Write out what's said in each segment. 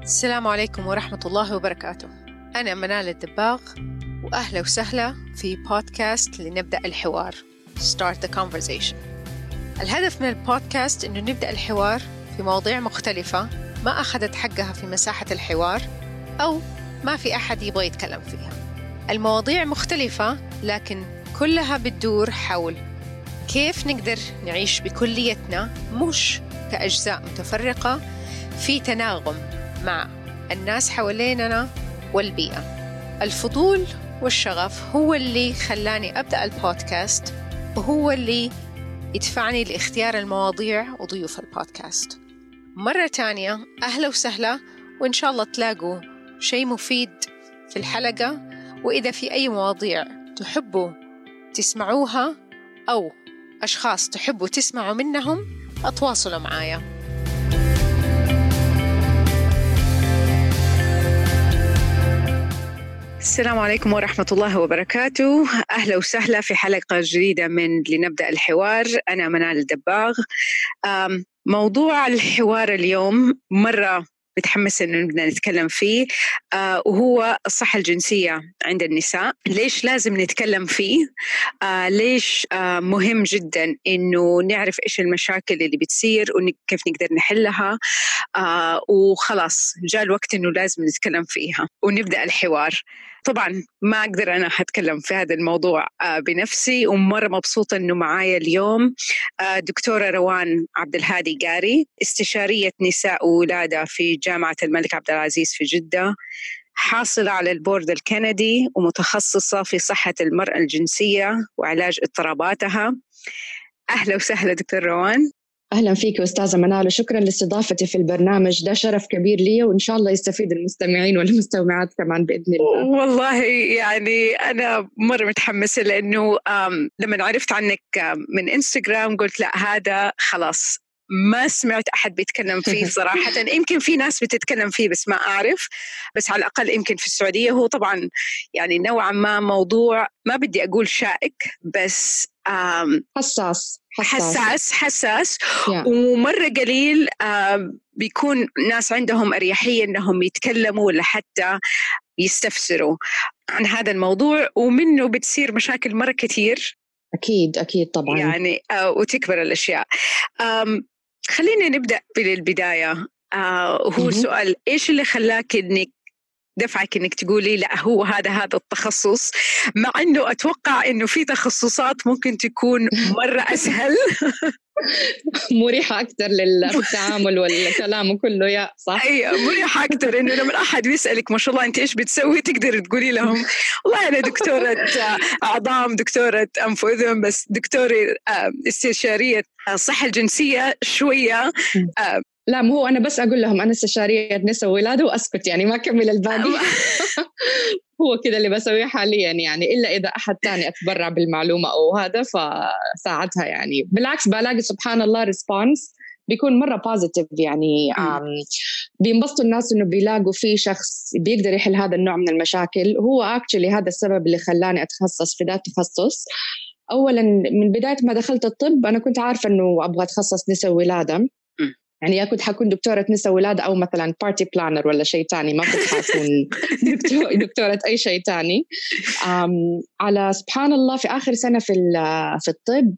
السلام عليكم ورحمة الله وبركاته. أنا منال الدباغ، وأهلا وسهلا في بودكاست لنبدأ الحوار Start the Conversation. الهدف من البودكاست إنه نبدأ الحوار في مواضيع مختلفة ما أخذت حقها في مساحة الحوار أو ما في أحد يبغى يتكلم فيها. المواضيع مختلفة لكن كلها بتدور حول كيف نقدر نعيش بكليتنا مش كأجزاء متفرقة في تناغم مع الناس حواليننا والبيئة. الفضول والشغف هو اللي خلاني أبدأ البودكاست، وهو اللي يدفعني لاختيار المواضيع وضيوف البودكاست. مرة تانية أهلا وسهلا، وإن شاء الله تلاقوا شيء مفيد في الحلقة. وإذا في أي مواضيع تحبوا تسمعوها أو أشخاص تحبوا تسمعوا منهم، أتواصلوا معايا. السلام عليكم ورحمة الله وبركاته. أهلا وسهلا في حلقة جديدة من لنبدأ الحوار. أنا منال الدباغ. موضوع الحوار اليوم مرة متحمسة إنه نبدأ نتكلم فيه، وهو الصحة الجنسية عند النساء. ليش لازم نتكلم فيه؟ ليش مهم جدا إنه نعرف إيش المشاكل اللي بتصير وكيف نقدر نحلها. وخلاص جاء الوقت إنه لازم نتكلم فيها ونبدأ الحوار. طبعا ما أقدر أنا أتكلم في هذا الموضوع بنفسي، ومرة مبسوطة إنه معايا اليوم دكتورة روان عبد الهادي قاري، استشارية نساء وولادة في جامعة الملك عبد العزيز في جدة، حاصلة على البورد الكندي، ومتخصصة في صحة المرأة الجنسية وعلاج اضطراباتها. أهلا وسهلا دكتور روان. أهلا فيك أستاذة منال، وشكرا لاستضافتي في البرنامج. ده شرف كبير لي، وإن شاء الله يستفيد المستمعين والمستمعات كمان بإذن الله. والله يعني أنا مرة متحمسة، لأنه لما عرفت عنك من إنستغرام قلت لا، هذا خلاص ما سمعت أحد بيتكلم فيه صراحة. يمكن في ناس بتتكلم فيه بس ما أعرف، بس على الأقل يمكن في السعودية. هو طبعا يعني نوعا ما موضوع ما بدي أقول شائك، بس حساس yeah. ومرة قليل بيكون ناس عندهم أريحية إنهم يتكلموا ولا حتى يستفسروا عن هذا الموضوع، ومنه بتصير مشاكل مرة كتير. أكيد طبعا يعني وتكبر الأشياء. خلينا نبدأ بالبداية. هو سؤال، إيش اللي خلاك إنك دفعك إنك تقولي لا هو هذا التخصص، مع إنه أتوقع إنه في تخصصات ممكن تكون مرة أسهل مريحة أكتر للتعامل والكلام وكله، يا صح. أي مريحة أكتر، إنه لما أحد يسألك ما شاء الله أنت إيش بتسوي، تقدر تقولي لهم والله أنا دكتورة أعضام، دكتورة أنف وأذن، بس دكتورة استشارية الصحة الجنسية شوية. لا، مو هو أنا بس أقول لهم أنا استشارية نساء وولادة وأسكت، يعني ما أكمل الباقي. هو كده اللي بسويه حاليا، يعني إلا إذا أحد تاني أتبرع بالمعلومة أو هذا فساعتها. يعني بالعكس بلاقي سبحان الله ريسبونس بيكون مرة بوزيتيف، يعني بينبسطوا الناس إنه بيلاقوا في شخص بيقدر يحل هذا النوع من المشاكل. هو actually هذا السبب اللي خلاني أتخصص في ذا التخصص. أولا من بداية ما دخلت الطب أنا كنت عارفة إنه أبغى أتخصص نساء ولادة، يعني يا كنت حكون دكتورة نساء ولادة أو مثلا بارتي بلانر ولا شيء تاني، ما كنت حكون دكتورة أي شيء تاني. على سبحان الله في آخر سنة في الطب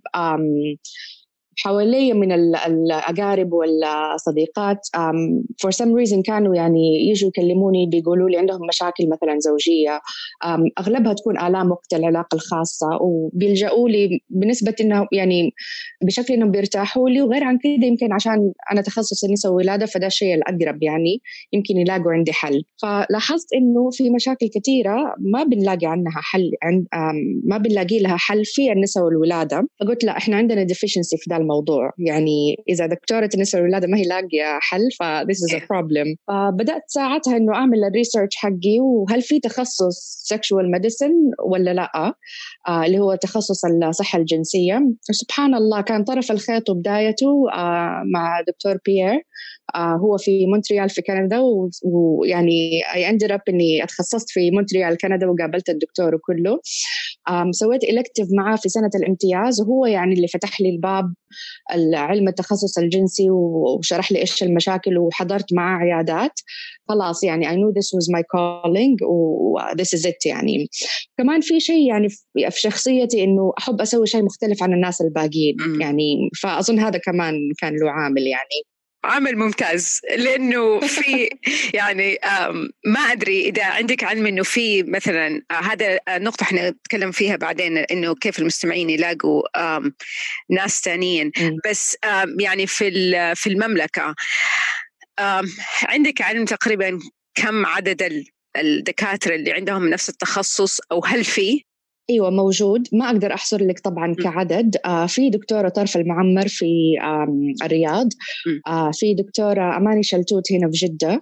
حوالي من الأقارب والصديقات for some reason كانوا يعني يجوا يكلموني بيقولوا لي عندهم مشاكل مثلا زوجية، أغلبها تكون آلام وقت العلاقة الخاصة، وبيلجأوا لي بنسبة إنه يعني بشكل إنهم بيرتاحوا لي. وغير عن كده يمكن عشان أنا تخصص النساء والولادة فده الشيء الأقرب، يعني يمكن يلاقوا عندي حل. فلاحظت إنه في مشاكل كثيرة ما بنلاقي عنها حل، ما بنلاقي لها حل في النساء والولادة. فقلت لا، إحنا عندنا deficiency في ده الموضوع، يعني إذا دكتورة النساء والولادة ما هي لاقية حل this is a problem. فبدأت ساعتها إنه أعمل الريسيرش حقي، وهل في تخصص sexual medicine ولا لا، اللي هو تخصص الصحة الجنسية. سبحان الله كان طرف الخيط وبدايته مع دكتور بيير هو في مونتريال في كندا، ويعني I ended up إني اتخصصت في مونتريال كندا وقابلت الدكتور وكله. سويت إلكتيف معاه في سنة الامتياز، وهو يعني اللي فتح لي الباب علم التخصص الجنسي وشرح لي إيش المشاكل، وحضرت معاه عيادات. خلاص يعني I knew this was my calling و this is it. يعني كمان في شيء يعني في شخصيتي إنه أحب أسوي شيء مختلف عن الناس الباقيين يعني، فأظن هذا كمان كان له عامل يعني. عامل ممتاز، لأنه في يعني ما أدري إذا عندك علم إنه في مثلا هذا نقطة إحنا نتكلم فيها بعدين، إنه كيف المستمعين يلاقوا ناس تانيين. بس يعني في المملكة عندك علم تقريبا كم عدد الدكاترة اللي عندهم نفس التخصص، أو هل في؟ ايوه موجود، ما اقدر احصر لك طبعا كعدد. في دكتوره طرف المعمر في الرياض، في دكتوره اماني شلتوت هنا في جده.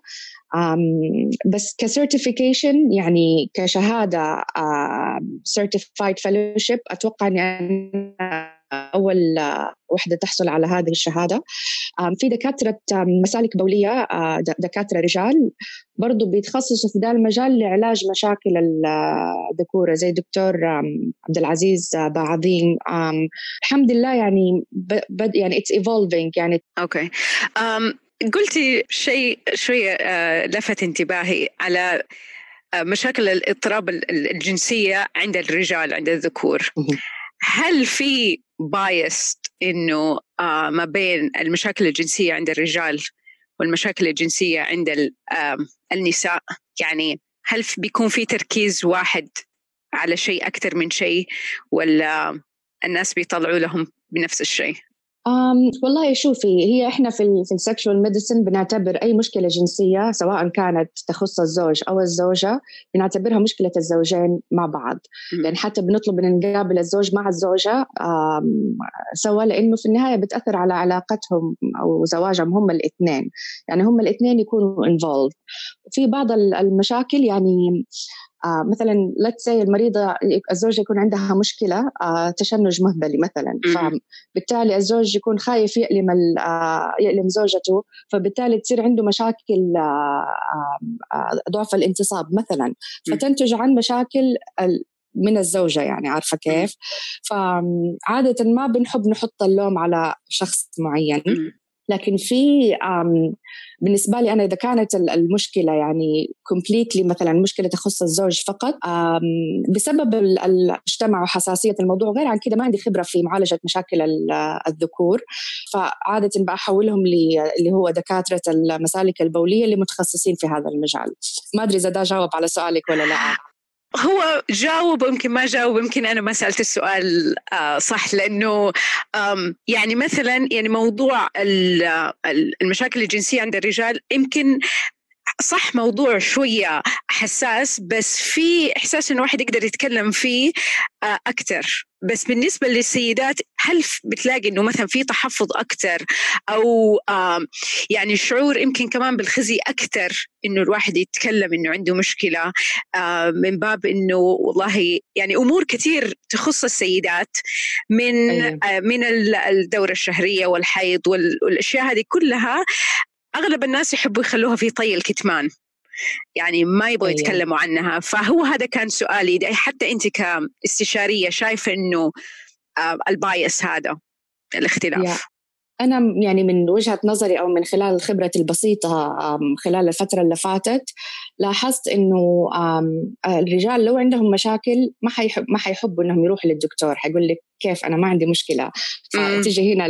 بس كسيرتيفيكيشن يعني كشهاده certified fellowship اتوقع اني أول وحدة تحصل على هذه الشهادة. في دكاترة مسالك بولية، دكاترة رجال برضو بيتخصصوا في ذا المجال لعلاج مشاكل الذكورة، زي دكتور عبد العزيز بعظيم. الحمد لله يعني يعني it's evolving يعني. أوكي. قلتي شيء شوية لفت انتباهي على مشاكل الاضطراب الجنسية عند الرجال عند الذكور. هل في بايس إنه ما بين المشاكل الجنسية عند الرجال والمشاكل الجنسية عند النساء؟ يعني هل بيكون في تركيز واحد على شيء أكثر من شيء، ولا الناس بيطلعوا لهم بنفس الشيء؟ والله شوفي، هي إحنا في السكشوال ميديسن بنعتبر أي مشكلة جنسية سواء كانت تخص الزوج أو الزوجة بنعتبرها مشكلة الزوجين مع بعض. يعني حتى بنطلب أن نقابل الزوج مع الزوجة سوا، لأنه في النهاية بتأثر على علاقتهم أو زواجهم هم الاثنين، يعني هم الاثنين يكونوا involved. في بعض المشاكل يعني مثلا let's say المريضة الزوج يكون عندها مشكلة تشنج مهبلي مثلا، فبالتالي الزوج يكون خايف يألم زوجته، فبالتالي تصير عنده مشاكل ضعف الانتصاب مثلا، فتنتج عن مشاكل من الزوجة، يعني عارفة كيف. فعادة ما بنحب نحط اللوم على شخص معين، لكن في بالنسبة لي أنا إذا كانت المشكلة يعني completely مثلا مشكلة تخص الزوج فقط بسبب المجتمع وحساسية الموضوع، غير عن كده ما عندي خبرة في معالجة مشاكل الذكور، فعادة بحولهم اللي هو دكاترة المسالك البولية اللي متخصصين في هذا المجال. ما أدري إذا ده جاوب على سؤالك ولا لا. هو جاوب، يمكن ما جاوب، يمكن أنا ما سألت السؤال صح، لأنه يعني مثلا يعني موضوع المشاكل الجنسية عند الرجال يمكن صح موضوع شوية حساس، بس في إحساس إنه واحد يقدر يتكلم فيه أكتر. بس بالنسبة للسيدات هل بتلاقي إنه مثلا في تحفظ أكتر، أو يعني شعور يمكن كمان بالخزي أكتر إنه الواحد يتكلم إنه عنده مشكلة، من باب إنه والله يعني أمور كتير تخص السيدات من الدورة الشهرية والحيض والأشياء هذه كلها، أغلب الناس يحبوا يخلوها في طي الكتمان، يعني ما يبغوا يتكلموا عنها. فهو هذا كان سؤالي، حتى أنت كاستشارية شايفة إنه البايس هذا الاختلاف؟ أنا يعني من وجهة نظري أو من خلال خبرتي البسيطة خلال الفترة اللي فاتت لاحظت إنه الرجال لو عندهم مشاكل ما حيحبوا إنهم يروحوا للدكتور، حيقول لك كيف أنا ما عندي مشكلة. فتيجي هنا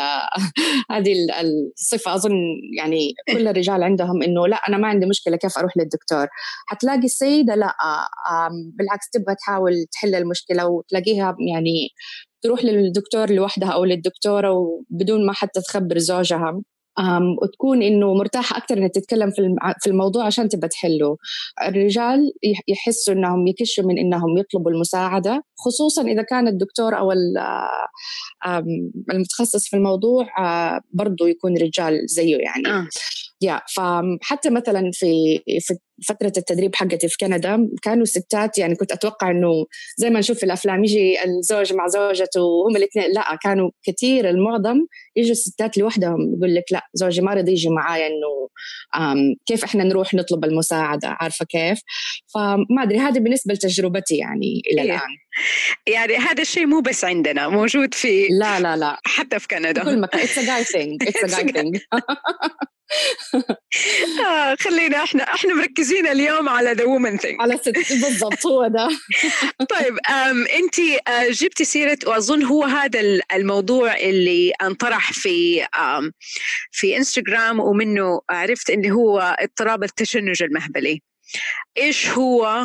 هذه الصفة أظن يعني كل الرجال عندهم إنه لا أنا ما عندي مشكلة كيف أروح للدكتور. هتلاقي السيدة لا بالعكس تبغى تحاول تحل المشكلة وتلاقيها يعني تروح للدكتور لوحدها أو للدكتورة وبدون ما حتى تخبر زوجها، وتكون إنه مرتاحة أكتر إنها تتكلم في الموضوع عشان تبى تحله. الرجال يحسوا إنهم يكشوا من إنهم يطلبوا المساعدة، خصوصا إذا كان الدكتور أو المتخصص في الموضوع برضو يكون رجال زيه يعني. فحتى مثلا في فترة التدريب حقتي في كندا كانوا ستات، يعني كنت أتوقع إنه زي ما نشوف في الأفلام يجي الزوج مع زوجته وهم الاثنين، لا، كانوا كثير المعظم يجوا الستات لوحدهم، يقول لك لا زوجي ما رضي يجي معايا، إنه كيف إحنا نروح نطلب المساعدة، عارفة كيف؟ فما أدري، هذه بالنسبة لتجربتي يعني إلى الآن. يعني هذا الشيء مو بس عندنا، موجود في لا حتى في كندا، كل مكان. It's a guy thing. خلينا احنا مركزين اليوم على the woman thing، على ست بالضبط، هو ده. طيب انت جبتي سيرة، واظن هو هذا الموضوع اللي انطرح في انستغرام، ومنه عرفت اللي هو اضطراب التشنج المهبلي. ايش هو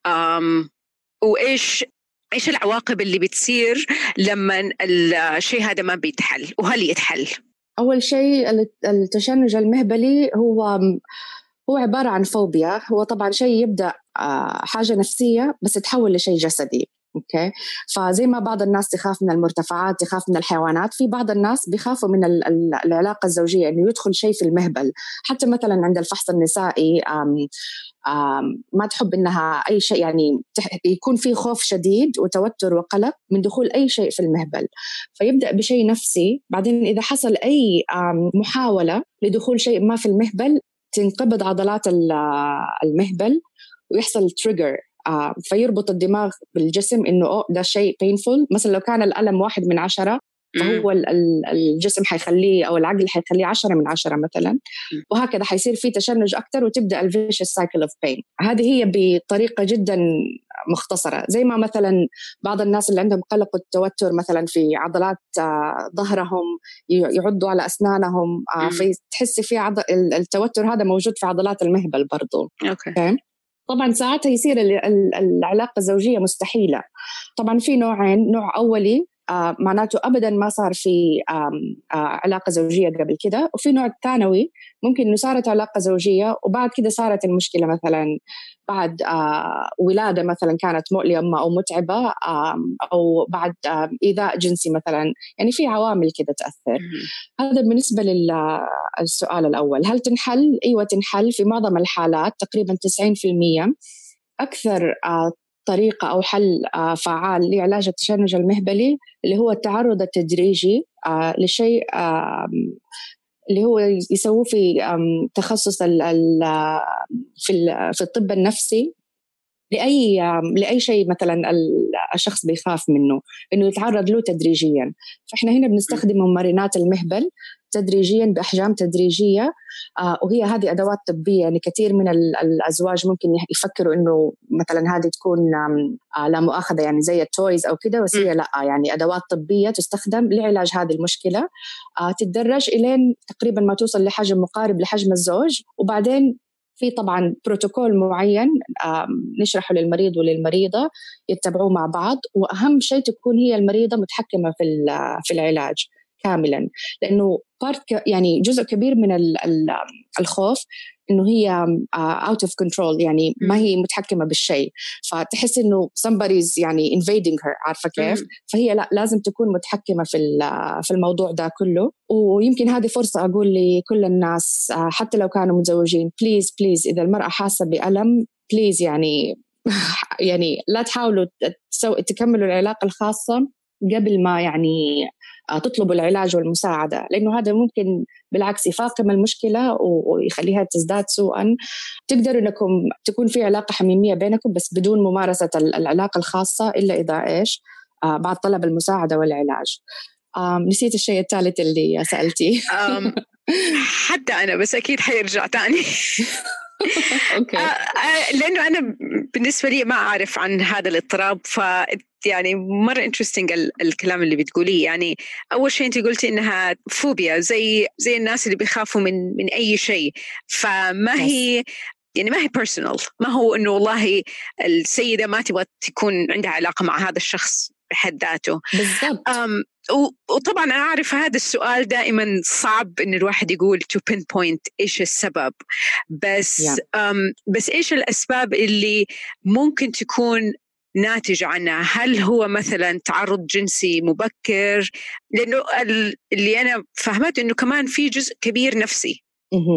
وايش العواقب اللي بتصير لما الشيء هذا ما بيتحل، وهل يتحل؟ أول شيء التشنج المهبلي هو عبارة عن فوبيا. هو طبعا شيء يبدأ حاجة نفسية بس تحول لشيء جسدي. أوكي، فزي ما بعض الناس تخاف من المرتفعات، تخاف من الحيوانات، في بعض الناس بيخافوا من العلاقة الزوجية، إنه يدخل شيء في المهبل. حتى مثلا عند الفحص النسائي ما تحب إنها أي شيء، يعني يكون في خوف شديد وتوتر وقلق من دخول أي شيء في المهبل، فيبدأ بشيء نفسي. بعدين إذا حصل أي محاولة لدخول شيء ما في المهبل، تنقبض عضلات المهبل ويحصل تريجر، فيربط الدماغ بالجسم إنه ده شيء painful. مثلا لو كان الألم 1 من 10، فهو الجسم حيخليه أو العقل حيخليه 10 من 10 مثلا، وهكذا حيصير فيه تشنج أكتر، وتبدأ الفيشس سايكل اوف بين. هذه هي بطريقة جدا مختصرة. زي ما مثلا بعض الناس اللي عندهم قلق والتوتر مثلا في عضلات ظهرهم يعضوا على أسنانهم، فتحس في التوتر هذا موجود في عضلات المهبل برضو. أوكي. طبعا ساعتها يصير العلاقة الزوجية مستحيلة. طبعا في نوعين، نوع أولي معناته أبداً ما صار في علاقة زوجية قبل كده، وفي نوع ثانوي ممكن إنه صارت علاقة زوجية وبعد كده صارت المشكلة مثلاً بعد ولادة مثلاً كانت مؤلمة أو متعبة، أو بعد إيذاء جنسي مثلاً. يعني في عوامل كده تأثر. هذا بالنسبة للسؤال الأول، هل تنحل؟ أيوة تنحل في معظم الحالات، تقريباً 90%. أكثر طريقة أو حل فعال لعلاج التشنج المهبلي اللي هو التعرض التدريجي لشيء اللي هو يسووه في تخصص في الطب النفسي لأي شيء مثلا الشخص بيخاف منه، إنه يتعرض له تدريجيا. فإحنا هنا بنستخدم ممرنات المهبل تدريجيا بأحجام تدريجية، وهي هذه أدوات طبية. يعني كثير من الأزواج ممكن يفكروا إنه مثلا هذه تكون لا مؤاخذة يعني زي التويز أو كده، بس هي لا، يعني أدوات طبية تستخدم لعلاج هذه المشكلة. تتدرج إلين تقريبا ما توصل لحجم مقارب لحجم الزوج، وبعدين في طبعا بروتوكول معين نشرحه للمريض وللمريضة يتبعوه مع بعض. وأهم شيء تكون هي المريضة متحكمة في العلاج كاملا، لأنه يعني جزء كبير من الخوف إنه هي out of control، يعني ما هي متحكمة بالشيء، فتحس إنه somebody's يعني invading her، عارفة كيف؟ فهي لا، لازم تكون متحكمة في الموضوع ده كله. ويمكن هذه فرصة أقول لكل الناس حتى لو كانوا متزوجين، بليز إذا المرأة حاسة بألم، بليز يعني لا تحاولوا تكملوا العلاقة الخاصة قبل ما يعني تطلبوا العلاج والمساعدة، لأنه هذا ممكن بالعكس يفاقم المشكلة ويخليها تزداد سوءا. تقدروا أنكم تكون في علاقة حميمية بينكم بس بدون ممارسة العلاقة الخاصة، إلا إذا بعد طلب المساعدة والعلاج. نسيت الشيء الثالث اللي سألتي. حتى أنا، بس أكيد حيرجع تاني. أوكي. لأنه أنا بالنسبة لي ما أعرف عن هذا الاضطراب، يعني مرة interesting الكلام اللي بتقوليه. يعني أول شيء أنت قلتي إنها فوبيا، زي الناس اللي بيخافوا من أي شيء. فما هي يعني ما هي personal، ما هو إنه والله السيدة ما تبغى تكون عندها علاقة مع هذا الشخص بحد ذاته. بالضبط. وطبعا أنا أعرف هذا السؤال دائما صعب إن الواحد يقول to pinpoint إيش السبب، بس بس إيش الأسباب اللي ممكن تكون ناتج عنها؟ هل هو مثلا تعرض جنسي مبكر؟ لأنه اللي أنا فهمت إنه كمان في جزء كبير نفسي.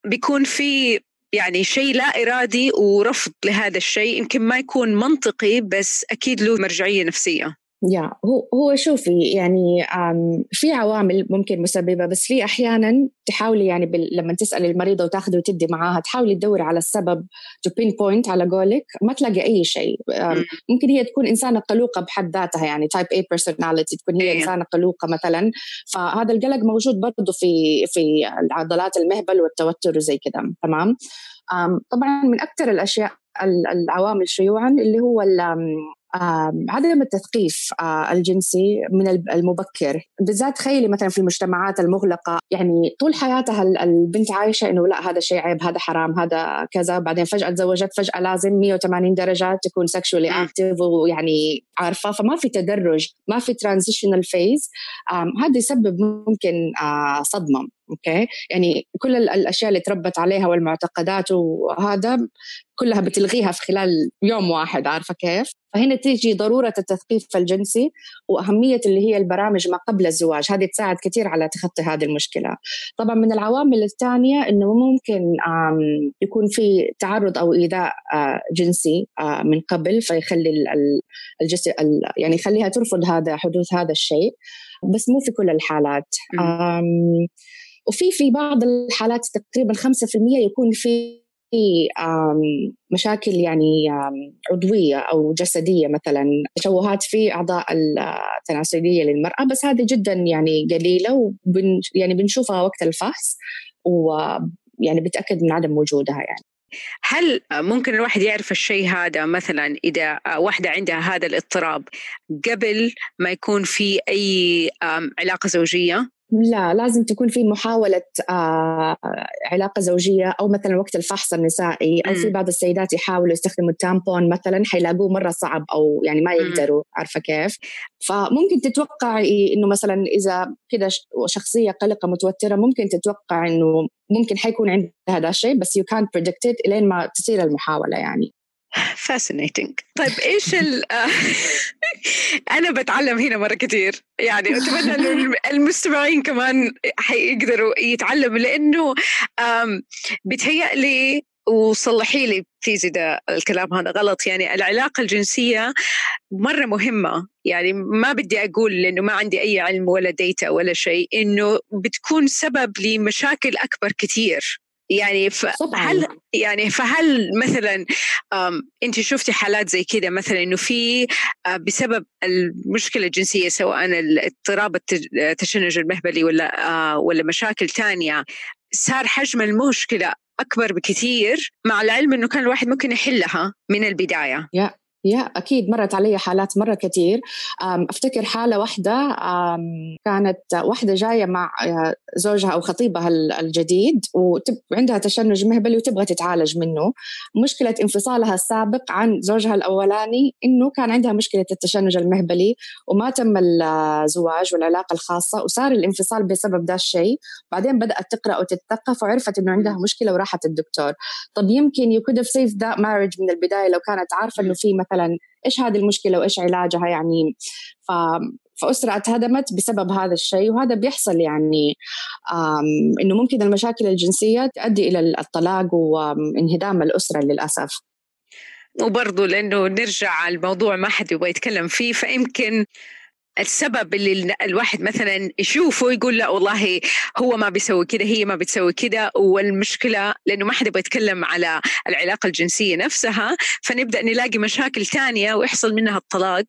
بيكون في يعني شيء لا إرادي ورفض لهذا الشيء، يمكن ما يكون منطقي بس أكيد له مرجعية نفسية. هو شوفي يعني في عوامل ممكن مسببة، بس في أحيانا تحاولي يعني لما تسأل المريضة وتاخذي وتدي معاها تحاولي تدور على السبب to pinpoint على قولك، ما تلاقي أي شيء. ممكن هي تكون إنسانة قلوقة بحد ذاتها، يعني type A personality، تكون هي إنسانة قلوقة مثلا، فهذا القلق موجود برضو في عضلات المهبل والتوتر وزي كده. تمام. طبعا من أكثر الأشياء العوامل شيوعا اللي هو عدم التثقيف الجنسي من المبكر، بالذات تخيلي مثلا في المجتمعات المغلقة، يعني طول حياتها البنت عايشة إنه لا هذا شيء عيب، هذا حرام، هذا كذا، بعدين فجأة تزوجت، فجأة لازم 180 درجة تكون sexually active ويعني عارفة، فما في تدرج، ما في transitional phase. هذا يسبب ممكن صدمة. أوكي، يعني كل الأشياء اللي تربت عليها والمعتقدات وهذا كلها بتلغيها في خلال يوم واحد، عارفة كيف؟ فهنا تيجي ضرورة التثقيف الجنسي وأهمية اللي هي البرامج ما قبل الزواج، هذه تساعد كثير على تخطي هذه المشكلة. طبعا من العوامل الثانية إنه ممكن يكون في تعرض أو إيذاء جنسي من قبل، فيخلي الجسم يعني يخليها ترفض حدوث هذا الشيء، بس مو في كل الحالات. وفي بعض الحالات تقريبا 5% يكون في مشاكل يعني عضوية أو جسدية، مثلا تشوهات في أعضاء التناسلية للمرأة، بس هذه جدا يعني قليلة يعني بنشوفها وقت الفحص ويعني بتأكد من عدم وجودها. يعني هل ممكن الواحد يعرف الشيء هذا مثلا إذا واحدة عندها هذا الاضطراب قبل ما يكون في أي علاقة زوجية؟ لا، لازم تكون في محاولة علاقة زوجية، أو مثلا وقت الفحص النسائي، أو في بعض السيدات يحاولوا يستخدموا التامبون مثلا حيلاقوه مرة صعب أو يعني ما يقدروا، عارفة كيف؟ فممكن تتوقع إنه مثلا إذا كده شخصية قلقة متوترة ممكن تتوقع إنه ممكن حيكون عندها هذا الشيء، بس you can't predict it إلين ما تصير المحاولة. يعني fascinating. طيب إيش أنا بتعلم هنا مرة كتير، يعني أتمنى إنه المستمعين كمان حيقدروا يتعلموا، لأنه بتهيألي وصلحي لي بليز إذا الكلام هذا غلط، يعني العلاقة الجنسية مرة مهمة. يعني ما بدي أقول لأنه ما عندي أي علم ولا ديتا ولا شيء إنه بتكون سبب لمشاكل أكبر كتير. يعني فهل مثلا أنت شفتي حالات زي كده مثلا إنه في بسبب المشكلة الجنسية سواء اضطراب التشنج المهبلي ولا مشاكل تانية صار حجم المشكلة أكبر بكثير، مع العلم إنه كان الواحد ممكن يحلها من البداية؟ أكيد مرت علي حالات مرة كتير. أفتكر حالة واحدة كانت واحدة جاية مع زوجها أو خطيبها الجديد وعندها تشنج مهبلي وتبغى تتعالج منه. مشكلة انفصالها السابق عن زوجها الأولاني إنه كان عندها مشكلة التشنج المهبلي وما تم الزواج والعلاقة الخاصة، وصار الانفصال بسبب ده الشيء. بعدين بدأت تقرأ وتتثقف وعرفت إنه عندها مشكلة وراحت الدكتور. طب يمكن you could have saved that marriage من البداية لو كانت عارفة إنه في مثلا إيش هذه المشكلة وإيش علاجها. يعني فأسرة اتهدمت بسبب هذا الشيء، وهذا بيحصل يعني إنه ممكن المشاكل الجنسية تؤدي إلى الطلاق وانهدام الأسرة للأسف. وبرضو لأنه نرجع الموضوع ما حد يبغى يتكلم فيه، فيمكن السبب اللي الواحد مثلا يشوفه يقول لا والله هو ما بيسوي كده، هي ما بتسوي كده، والمشكلة لأنه ما حد يبغى يتكلم على العلاقة الجنسية نفسها، فنبدأ نلاقي مشاكل تانية ويحصل منها الطلاق،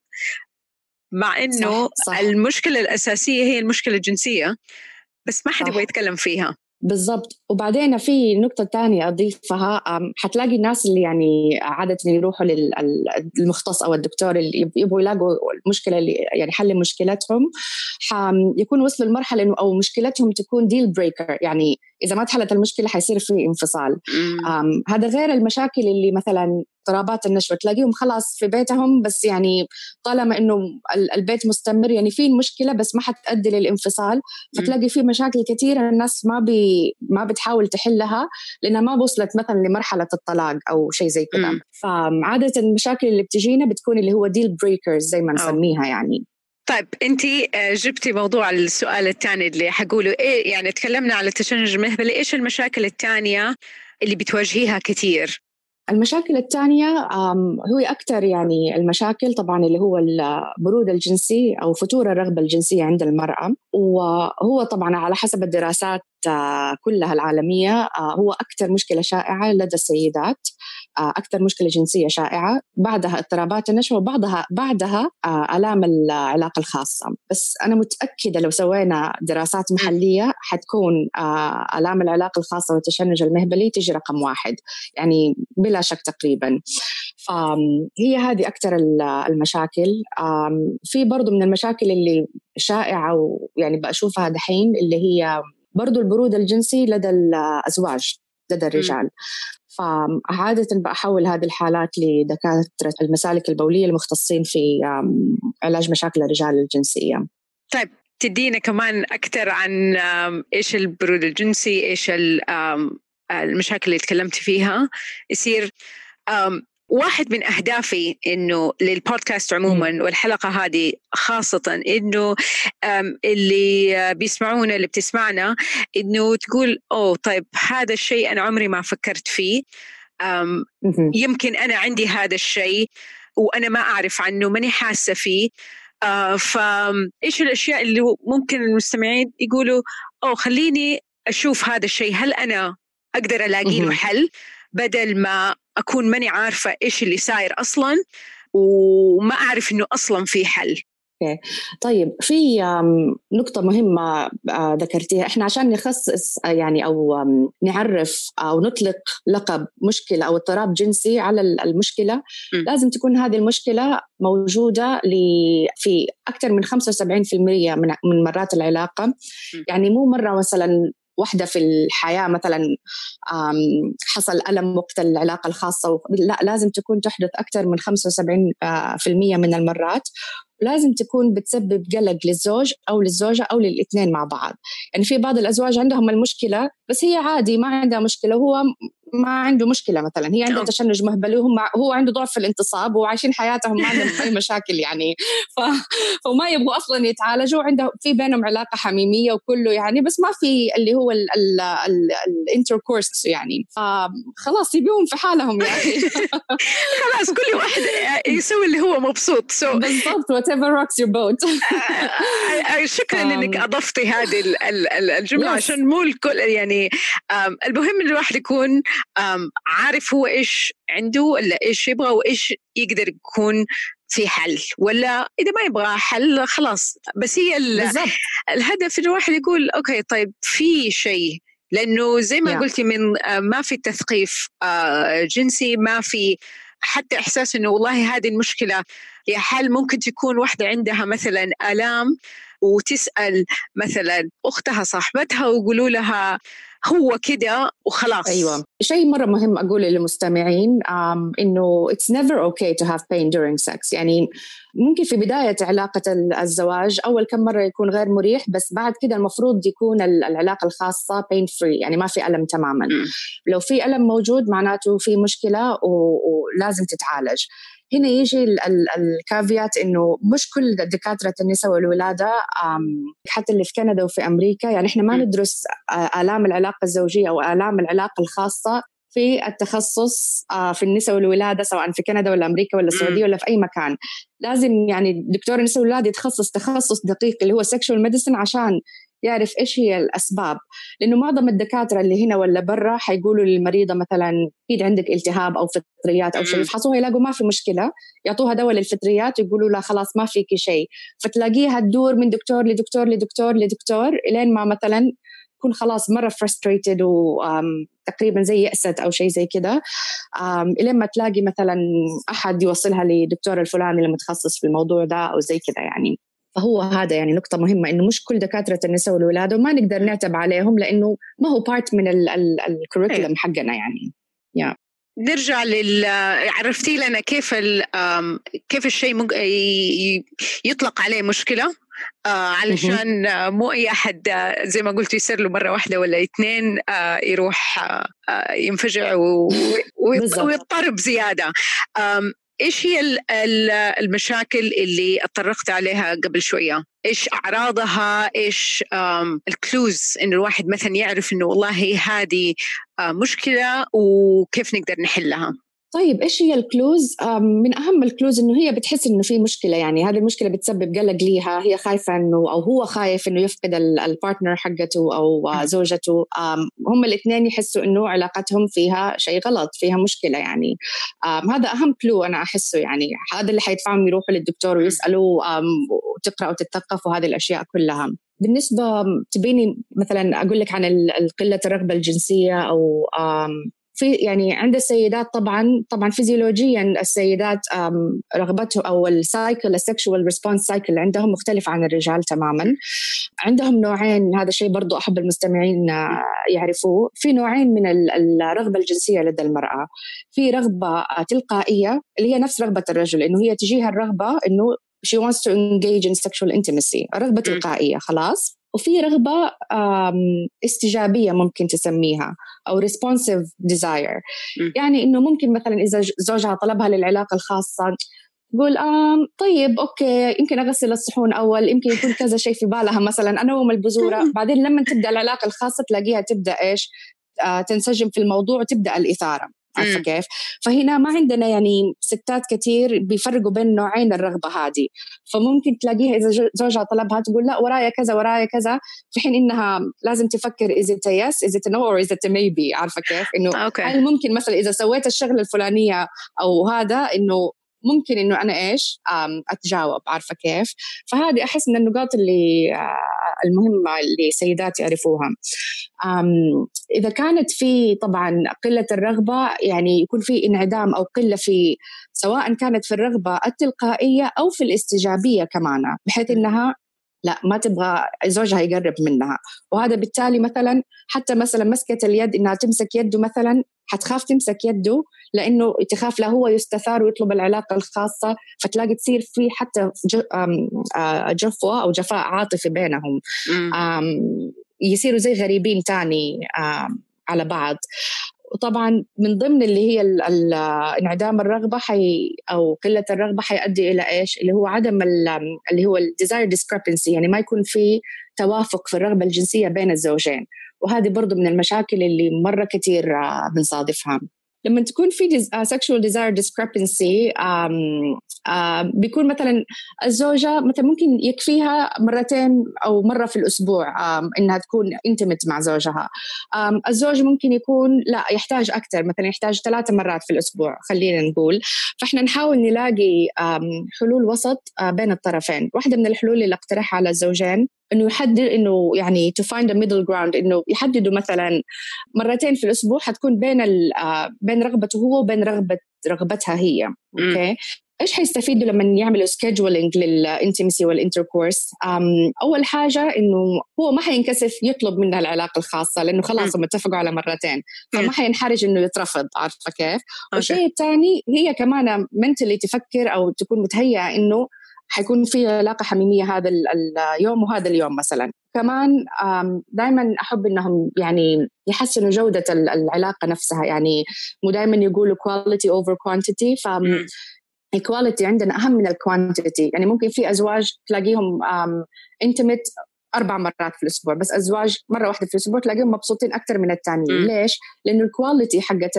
مع إنه صح. المشكلة الأساسية هي المشكلة الجنسية، بس ما حد يبغى يتكلم فيها. بالضبط. وبعدين في نقطة تانية أضيفها، حتلاقي الناس اللي يعني عادة يروحوا للمختص أو الدكتور اللي يبغوا يلاقوا المشكلة اللي يعني حل مشكلتهم، يكون وصلوا لمرحلة إنه أو مشكلتهم تكون ديل بريكر، يعني إذا ما تحلت المشكلة حيصير في انفصال. هذا غير المشاكل اللي مثلا اضطرابات النشوة تلاقيهم خلاص في بيتهم، بس يعني طالما إنه البيت مستمر يعني في المشكلة بس ما حتؤدي للانفصال، فتلاقي في مشاكل كثيرة الناس ما بتحاول تحلها لأنها ما وصلت مثلا لمرحلة الطلاق أو شيء زي كده. فعادة المشاكل اللي بتجينا بتكون اللي هو ديل بريكرز زي ما نسميها يعني. طيب أنت جبتي موضوع السؤال الثاني اللي حقوله إيه، يعني تكلمنا على التشنج المهبلي، إيش المشاكل الثانية اللي بتواجهيها كثير؟ المشاكل الثانية هو أكثر يعني المشاكل طبعا اللي هو البرود الجنسي أو فتور الرغبة الجنسية عند المرأة، وهو طبعا على حسب الدراسات كلها العالمية هو أكثر مشكلة شائعة لدى السيدات، أكثر مشكلة جنسية شائعة، بعدها اضطرابات النشوة، بعدها آلام العلاقة الخاصة. بس أنا متأكدة لو سوينا دراسات محلية حتكون آلام العلاقة الخاصة والتشنج المهبلي تجي رقم 1 يعني بلا شك تقريبا. هي هذه أكثر المشاكل. في برضو من المشاكل اللي شائعة ويعني بأشوفها دحين اللي هي برضو البرود الجنسي لدى الأزواج لدى الرجال. فعادة بحول هذه الحالات لدكاترة المسالك البولية المختصين في علاج مشاكل الرجال الجنسية. طيب تدينا كمان أكثر عن إيش البرود الجنسي، إيش المشاكل اللي تكلمت فيها يصير. واحد من أهدافي إنه للبودكاست عموماً والحلقة هذه خاصة إنه اللي بيسمعونا اللي بتسمعنا إنه تقول أوه طيب هذا الشيء أنا عمري ما فكرت فيه، يمكن أنا عندي هذا الشيء وأنا ما أعرف عنه، ماني حاسة فيه. فإيش الأشياء اللي ممكن المستمعين يقولوا أوه خليني أشوف هذا الشيء، هل أنا أقدر ألاقي له حل بدل ما أكون ماني عارفة إيش اللي صاير أصلاً وما أعرف إنه أصلاً في حل. طيب في نقطة مهمة ذكرتيها، إحنا عشان نخصص يعني أو نعرف أو نطلق لقب مشكلة أو اضطراب جنسي على المشكلة لازم تكون هذه المشكلة موجودة في أكثر من 75% من مرات العلاقة. يعني مو مرة مثلاً واحدة في الحياة مثلاً حصل ألم وقت العلاقة الخاصة، لا لازم تكون تحدث أكثر من 75% من المرات، لازم تكون بتسبب قلق للزوج أو للزوجة أو للاثنين مع بعض. يعني في بعض الأزواج عندهم المشكلة بس هي عادي ما عندها مشكلة، هو ما عنده مشكلة، مثلا هي عندها تشنج مهبلي هو عنده ضعف في الانتصاب وعايشين حياتهم ما عندهم أي مشاكل يعني فما يبغوا أصلا يتعالجوا، عنده في بينهم علاقة حميمية وكله يعني، بس ما في اللي هو الانتركورس يعني، خلاص يبيهم في حالهم يعني خلاص كل واحد يسوي اللي هو مبسوط. بالضبط whatever rocks your boat. شكرا انك اضفتي هذه الجمله عشان مو الكل يعني. المهم ان الواحد يكون عارف هو ايش عنده ولا ايش يبغى وايش يقدر يكون في حل، ولا اذا ما يبغى حل خلاص. بس هي الهدف ان الواحد يقول اوكي طيب في شيء، لانه زي ما قلتي من ما في تثقيف جنسي، ما في حتى إحساس إنه والله هذه المشكلة هي حل. ممكن تكون واحدة عندها مثلا آلام وتسأل مثلا أختها صاحبتها ويقولوا لها هو كده وخلاص. أيوة، شيء مرة مهم أقول للمستمعين إنه it's never okay to have pain during sex. يعني ممكن في بداية علاقة الزواج أول كم مرة يكون غير مريح، بس بعد كده المفروض يكون العلاقة الخاصة pain free، يعني ما في ألم تماما. لو في ألم موجود معناته في مشكلة ولازم تتعالج. هنا يجي الكافيات إنه مش كل دكاترة النساء والولادة حتى اللي في كندا وفي أمريكا، يعني إحنا ما ندرس آلام العلاقة الزوجية أو آلام العلاقة الخاصة في التخصص في النساء والولادة، سواء في كندا ولا أمريكا ولا السعودية ولا في أي مكان. لازم يعني دكتور النساء والولادة يتخصص تخصص دقيق اللي هو sexual medicine عشان يعرف إيش هي الأسباب، لأنه معظم الدكاترة اللي هنا ولا برا حيقولوا للمريضة مثلا إذا عندك التهاب أو فطريات أو شيء، يفحصوها يلاقوا ما في مشكلة، يعطوها دواء للفطريات يقولوا لا خلاص ما فيكي شيء، فتلاقيها تدور من دكتور لدكتور لدكتور لدكتور إلين ما مثلا تكون خلاص مرة frustrated وتقريبا زي يأست أو شيء زي كده، إلين ما تلاقي مثلا أحد يوصلها لدكتور الفلاني المتخصص في الموضوع ده أو زي كده يعني. فهو هذا يعني نقطة مهمة، إنه مش كل دكاترة النساء والولادة وما نقدر نعتب عليهم لأنه ما هو بارت من الكوريكولم حقنا يعني. نرجع عرفتي لنا كيف الشيء يطلق عليه مشكلة، علشان مو أي أحد زي ما قلت يصير له مرة واحدة ولا اثنين يروح ينفجع ويضطرب زيادة. إيش هي المشاكل اللي اتطرقت عليها قبل شوية؟ إيش أعراضها؟ إيش الكلوز إنه الواحد مثلا يعرف إنه والله هذه مشكلة وكيف نقدر نحلها؟ طيب إيش هي الكلوز؟ من أهم الكلوز إنه هي بتحس إنه في مشكلة، يعني هذه المشكلة بتسبب قلق ليها، هي خايفة إنه أو هو خايف إنه يفقد البارتنر حقته أو زوجته. هم الاثنين يحسوا إنه علاقتهم فيها شيء غلط، فيها مشكلة يعني. هذا أهم كلو أنا أحسه، يعني هذا اللي حيدفعهم يروحوا للدكتور ويسألوا وتقرأوا وتتثقفوا هذه الأشياء كلها. بالنسبة تبيني مثلا أقول لك عن قلة الرغبة الجنسية أو في يعني عند السيدات طبعا فيزيولوجيا السيدات رغبتهم أو السايكل السكشوال ريسبونس سايكل عندهم مختلف عن الرجال تماما. عندهم نوعين، هذا شيء برضو أحب المستمعين يعرفوه. في نوعين من الرغبة الجنسية لدى المرأة. في رغبة تلقائية اللي هي نفس رغبة الرجل، إنه هي تجيها الرغبة إنه she wants to engage in sexual intimacy، رغبة تلقائية خلاص. وفي رغبة استجابية ممكن تسميها أو responsive desire، يعني إنه ممكن مثلا إذا زوجها طلبها للعلاقة الخاصة تقول طيب أوكي يمكن أغسل الصحون أول، يمكن يكون كذا شيء في بالها، مثلا أنوم البذورة. بعدين لما تبدأ العلاقة الخاصة تلاقيها تبدأ إيش تنسجم في الموضوع وتبدأ الإثارة. عارفة كيف؟ فهنا ما عندنا يعني ستات كتير بيفرقوا بين نوعين الرغبة هذه. فممكن تلاقيها إذا زوجها طلبها تقول لا ورايا كذا ورايا كذا، في حين إنها لازم تفكر is it a yes is it a no or is it a maybe. عارفة كيف؟ إنه هل ممكن مثلا إذا سويت الشغلة الفلانية أو هذا إنه ممكن إنه أنا إيش أتجاوب. عارفة كيف؟ فهذه أحس من النقاط اللي المهمة اللي سيدات يعرفوها. إذا كانت في طبعا قلة الرغبة، يعني يكون في انعدام أو قلة في سواء كانت في الرغبة التلقائية أو في الاستجابية كمان، بحيث إنها لا ما تبغى زوجها يقرب منها. وهذا بالتالي مثلا حتى مثلا مسكة اليد إنها تمسك يده مثلا حتخاف تمسك يده لأنه تخاف له هو يستثار ويطلب العلاقة الخاصة، فتلاقي تصير في حتى جفوة أو جفاء عاطفي بينهم، يصيروا زي غريبين تاني على بعض. وطبعا من ضمن اللي هي انعدام الرغبة أو قلة الرغبة حيؤدي إلى إيش اللي هو عدم اللي هو desire discrepancy، يعني ما يكون في توافق في الرغبة الجنسية بين الزوجين. وهذه برضو من المشاكل اللي مرة كتير بنصادفها. لما تكون في sexual desire discrepancy بيكون مثلا الزوجة مثلا ممكن يكفيها مرتين أو مرة في الأسبوع إنها تكون intimate مع زوجها. الزوج ممكن يكون لا يحتاج أكثر، مثلا يحتاج 3 مرات في الأسبوع خلينا نقول. فإحنا نحاول نلاقي حلول وسط بين الطرفين. واحدة من الحلول اللي اقترحها على الزوجين إنه يحدد إنه يعني to find a middle ground، إنه يحددوا مثلا مرتين في الأسبوع حتكون بين رغبته هو وبين رغبتها هي. أوكي إيش حيستفيدوا لما يعملوا scheduling للintimacy والintercourse؟ أول حاجة إنه هو ما حينكسف يطلب منها العلاقة الخاصة لأنه خلاص هم اتفقوا على مرتين، فما حينحرج إنه يترفض. عارفة كيف؟ والشيء الثاني هي كمان mentally تفكر أو تكون متهيئة إنه حيكون في علاقة حميمية هذا اليوم وهذا اليوم مثلا. كمان دايما أحب إنهم يعني يحسنوا جودة العلاقة نفسها، يعني مو دايما يقولوا quality over quantity. الكواليتي عندنا أهم من الكوانتيتي. يعني ممكن في أزواج تلاقيهم intimate 4 مرات في الأسبوع، بس أزواج مرة واحدة في الأسبوع تلاقيهم مبسوطين أكتر من التانيين. ليش؟ لأنه الكواليتي حقت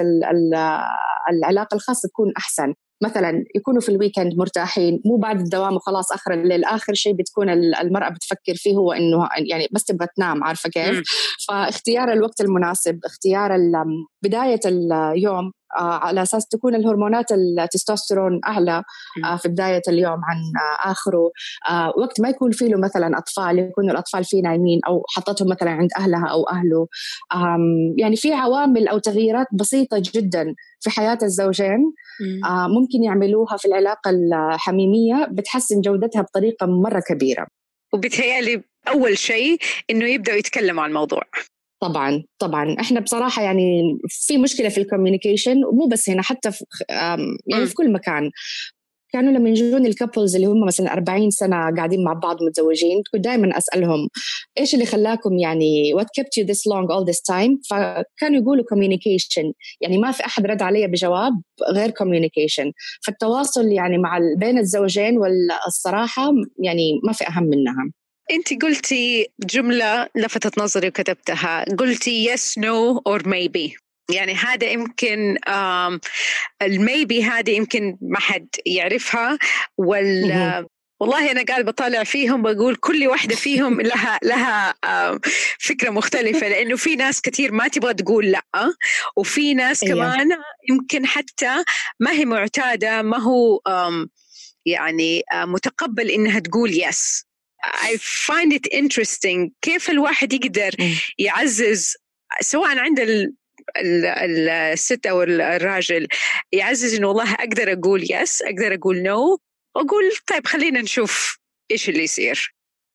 العلاقة الخاصة تكون أحسن. مثلا يكونوا في الويكند مرتاحين، مو بعد الدوام وخلاص آخر الليل آخر شيء بتكون المرأة بتفكر فيه هو إنه يعني بس تبغى تنام. عارفة كيف؟ فاختيار الوقت المناسب، اختيار بداية اليوم على أساس تكون الهرمونات التستوستيرون أعلى في بداية اليوم عن آخره. وقت ما يكون فيه له مثلا أطفال، يكونوا الأطفال فيه نايمين أو حطتهم مثلا عند أهلها أو أهله. يعني في عوامل أو تغييرات بسيطة جدا في حياة الزوجين ممكن يعملوها في العلاقة الحميمية بتحسن جودتها بطريقة مرة كبيرة. وبالتالي أول شيء إنه يبدأوا يتكلموا عن الموضوع. طبعا احنا بصراحة يعني في مشكلة في الكوميونيكيشن، ومو بس هنا حتى في يعني في كل مكان. كانوا لما يجون الكابلز اللي هم مثلا 40 سنة قاعدين مع بعض متزوجين، كنت دائما أسألهم إيش اللي خلاكم يعني what kept you this long all this time؟ فكانوا يقولوا communication، يعني ما في أحد رد علي بجواب غير communication. فالتواصل يعني بين الزوجين والصراحة يعني ما في أهم منها. أنت قلتي جملة لفتت نظري وكتبتها، قلتي yes no or maybe. يعني هذا يمكن الميبي هذه يمكن ما حد يعرفها، والله أنا قاعد بطالع فيهم بقول كل واحدة فيهم لها فكرة مختلفة، لأنه في ناس كتير ما تبغى تقول لأ، وفي ناس كمان يمكن حتى ما هي معتادة، ما هو يعني متقبل إنها تقول yes. I find it interesting كيف الواحد يقدر يعزز، سواء عند الست أو الراجل، يعزز إنه والله أقدر أقول yes، أقدر أقول no، أقول طيب خلينا نشوف إيش اللي يصير.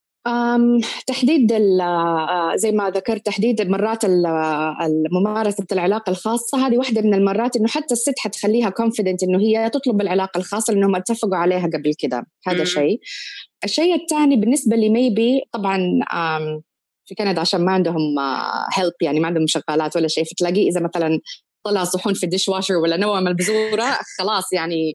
تحديد زي ما ذكرت، تحديد مرات ممارسة العلاقة الخاصة هذه واحدة من المرات إنه حتى الست حتخليها confident إنه هي تطلب العلاقة الخاصة لأنهم اتفقوا عليها قبل كده. هذا شيء. الشيء الثاني بالنسبة لي maybe، طبعا في كندا عشان ما عندهم help، يعني ما عندهم شغالات ولا شيء، فتلاقيه إذا مثلا طلع صحون في الديش واشر ولا نوم البزورة خلاص يعني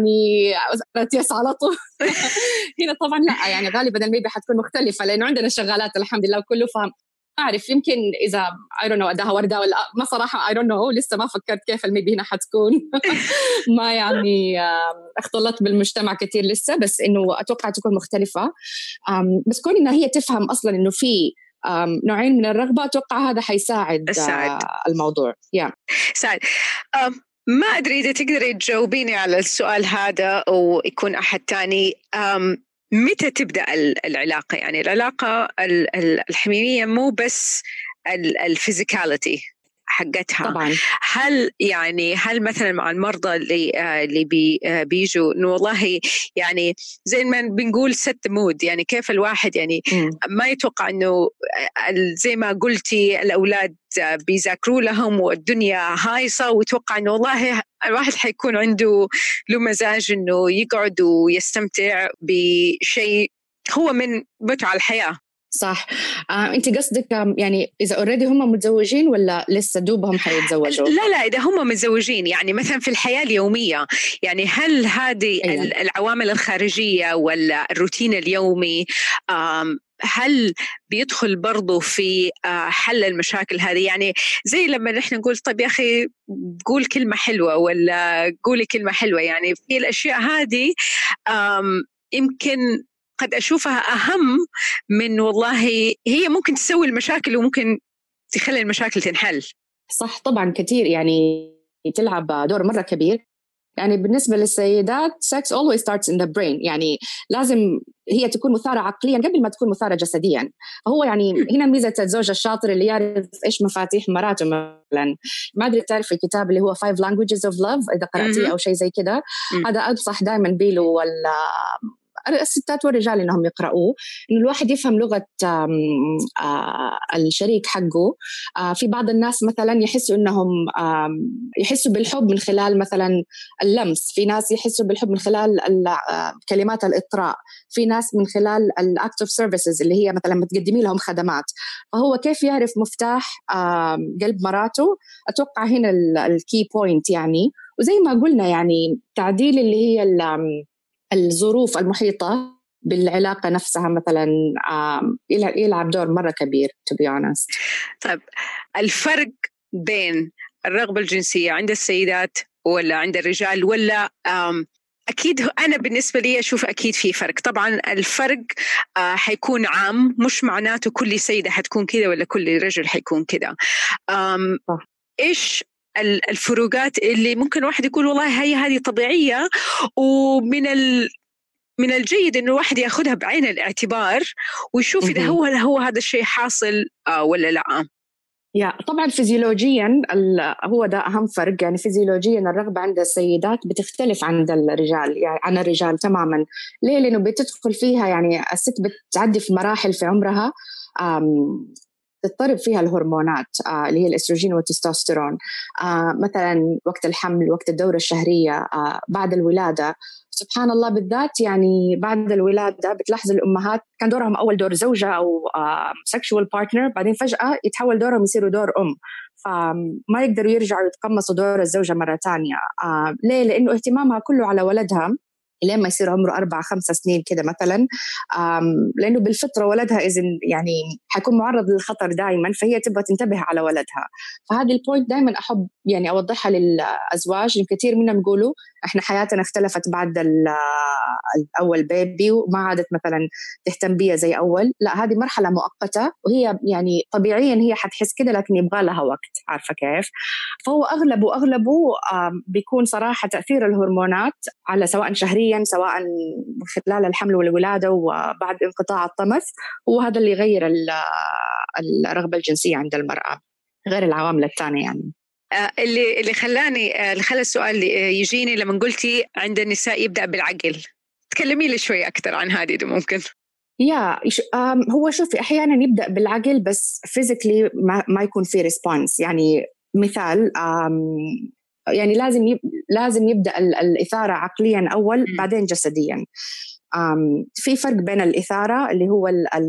رتيس على طول. هنا طبعا لا، يعني غالبا الميبي حتكون مختلفة لأنه عندنا شغالات الحمد لله وكله فهم. أعرف يمكن إذا I don't know أداها وردة ولا ما، صراحة I don't know، لسه ما فكرت كيف الميبي هنا حتكون. ما يعني اختلط بالمجتمع كتير لسه، بس إنه أتوقع تكون مختلفة. بس كون إنها هي تفهم أصلا إنه في نوعين من الرغبة، أتوقع هذا حيساعد الموضوع. سعد، ما أدري إذا تقدري تجاوبيني على السؤال هذا أو يكون أحد تاني. متى تبدأ العلاقة؟ يعني العلاقة الحميمية مو بس الفيزيكاليتي حقتها طبعا. هل مثلا مع المرضى اللي بيجوا انه والله يعني زي ما بنقول set mood، يعني كيف الواحد يعني ما يتوقع انه زي ما قلتي الاولاد بيذاكروا لهم والدنيا هايصة، ويتوقع انه والله الواحد حيكون عنده له مزاج انه يقعد ويستمتع بشيء هو من متع الحياة. صح. أنت قصدك يعني إذا already هم متزوجين ولا لسه دوبهم حيتزوجوا؟ لا إذا هم متزوجين، يعني مثلا في الحياة اليومية، يعني هل هذه العوامل الخارجية ولا الروتين اليومي هل بيدخل برضو في حل المشاكل هذه؟ يعني زي لما نحن نقول طيب يا أخي قول كلمة حلوة ولا قولي كلمة حلوة، يعني في الأشياء هذه يمكن قد أشوفها أهم من والله هي ممكن تسوي المشاكل وممكن تخلي المشاكل تنحل. صح طبعا كتير، يعني تلعب دور مرة كبير. يعني بالنسبة للسيدات sex always starts in the brain، يعني لازم هي تكون مثارة عقليا قبل ما تكون مثارة جسديا. فهو يعني هنا ميزة الزوج الشاطر اللي يعرف إيش مفاتيح مراته. مثلا ما أدري تعرف الكتاب اللي هو 5 languages of love إذا قرأتيه أو شيء زي كده، هذا أنصح دائما بيله الستات والرجال إنهم يقرأوه، إنه الواحد يفهم لغة الشريك حقه. في بعض الناس مثلا يحسوا إنهم يحسوا بالحب من خلال مثلا اللمس، في ناس يحسوا بالحب من خلال كلمات الإطراء، في ناس من خلال الأكت أوف سيرفيسز اللي هي مثلا بتقدمي لهم خدمات. فهو كيف يعرف مفتاح قلب مراته؟ أتوقع هنا الكي بوينت يعني. وزي ما قلنا يعني تعديل اللي هي الظروف المحيطة بالعلاقة نفسها مثلا يلعب دور مرة كبير to be honest. طيب الفرق بين الرغبة الجنسية عند السيدات ولا عند الرجال ولا أكيد أنا بالنسبة لي أشوف أكيد في فرق. طبعا الفرق حيكون عام، مش معناته كل سيدة حتكون كده ولا كل رجل حيكون كده. إيش الفروقات اللي ممكن واحد يقول والله هذه طبيعية ومن من الجيد إنه الواحد يأخذها بعين الاعتبار ويشوف إذا هو هذا الشيء حاصل ولا لا؟ طبعا فيزيولوجيا هو ده أهم فرق. يعني فيزيولوجيا الرغبة عند السيدات بتختلف عند الرجال، يعني عن الرجال تماما. ليه؟ لأنه بتدخل فيها يعني الست بتعدي في مراحل في عمرها تضطرب فيها الهرمونات اللي هي الأستروجين والتستوستيرون، مثلا وقت الحمل، وقت الدورة الشهرية، بعد الولادة. سبحان الله بالذات يعني بعد الولادة بتلاحظ الأمهات كان دورهم أول دور زوجة أو sexual partner، بعدين فجأة يتحول دورهم يصيروا دور أم، فما يقدروا يرجعوا يتقمصوا دور الزوجة مرة تانية. ليه؟ لأنه اهتمامها كله على ولدها لين ما يصير عمره 4-5 سنين كده مثلا، لأنه بالفطرة ولدها إذن يعني حيكون معرض للخطر دائما، فهي تبغى تنتبه على ولدها. فهذه البوينت دائما أحب يعني أوضحها للأزواج. كثير منهم يقولوا إحنا حياتنا اختلفت بعد الأول بيبي وما عادت مثلا تهتم بيها زي أول. لا، هذه مرحلة مؤقتة، وهي يعني طبيعيا هي حتحس كده، لكن يبغى لها وقت، عارفة كيف؟ فهو أغلبه بيكون صراحة تأثير الهرمونات على سواء شهريا سواء خلال الحمل والولادة وبعد انقطاع الطمث، وهذا اللي يغير الرغبة الجنسية عند المرأة غير العوامل الثانية. يعني اللي خلى السؤال يجيني لما قلتي عند النساء يبدأ بالعقل، تكلمي لي شوي أكثر عن هذه ده ممكن؟ هو شوفي أحيانا يبدأ بالعقل بس فيزيكلي ما يكون في ريسبونس. يعني مثال، يعني لازم يبدأ الإثارة عقليا أول بعدين جسديا. في فرق بين الإثارة اللي هو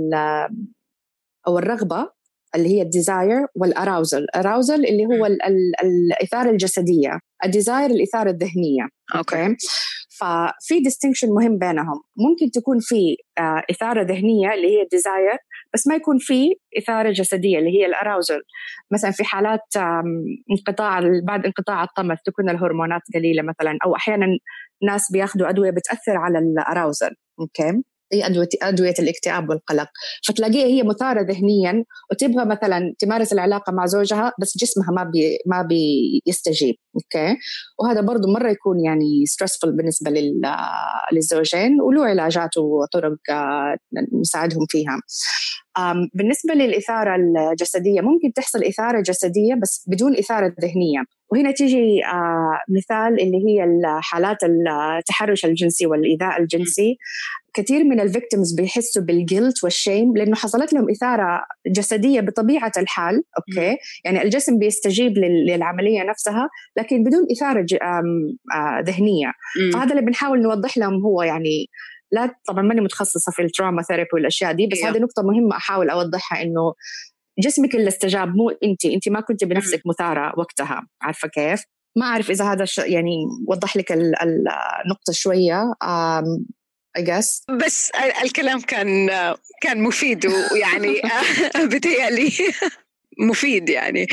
أو الرغبة اللي هي الديزاير والأراوزل. الأراوزل اللي هو الإثارة الجسدية، الديزاير الإثارة الذهنية. أوكي. ففي ديستنكشن مهم بينهم. ممكن تكون في إثارة ذهنية اللي هي الديزاير بس ما يكون في إثارة جسدية اللي هي الأراوزل. مثلا في حالات بعد انقطاع الطمث تكون الهرمونات قليلة مثلا، أو أحيانا ناس بياخدوا أدوية بتأثر على الأراوزل. أوكي، هي أدوية الاكتئاب والقلق، فتلاقيها هي مثارة ذهنيا وتبغى مثلا تمارس العلاقة مع زوجها بس جسمها ما بيستجيب. أوكي، وهذا برضو مرة يكون يعني stressful بالنسبة للزوجين، وله علاجات وطرق نساعدهم فيها. بالنسبة للإثارة الجسدية ممكن تحصل إثارة جسدية بس بدون إثارة ذهنية، وهنا تيجي مثال اللي هي حالات التحرش الجنسي والإيذاء الجنسي. كثير من الفيكتيمز بيحسوا بالجلت والشيم لأنه حصلت لهم إثارة جسدية بطبيعة الحال. أوكي، يعني الجسم بيستجيب للعملية نفسها لكن بدون إثارة ذهنية. فهذا اللي بنحاول نوضح لهم. هو يعني لا، طبعا ماني متخصصة في التراما ثيرابي والأشياء دي، بس هذه نقطة مهمة أحاول أوضحها، إنه جسمك اللي استجاب مو أنت ما كنت بنفسك مثارة وقتها، عارفة كيف؟ ما أعرف إذا هذا يعني وضح لك النقطة شوية. I guess. بس الكلام كان مفيد، ويعني بتهيألي مفيد يعني.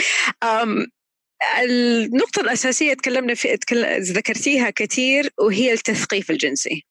النقطة الأساسية ذكرتيها كثير وهي التثقيف الجنسي.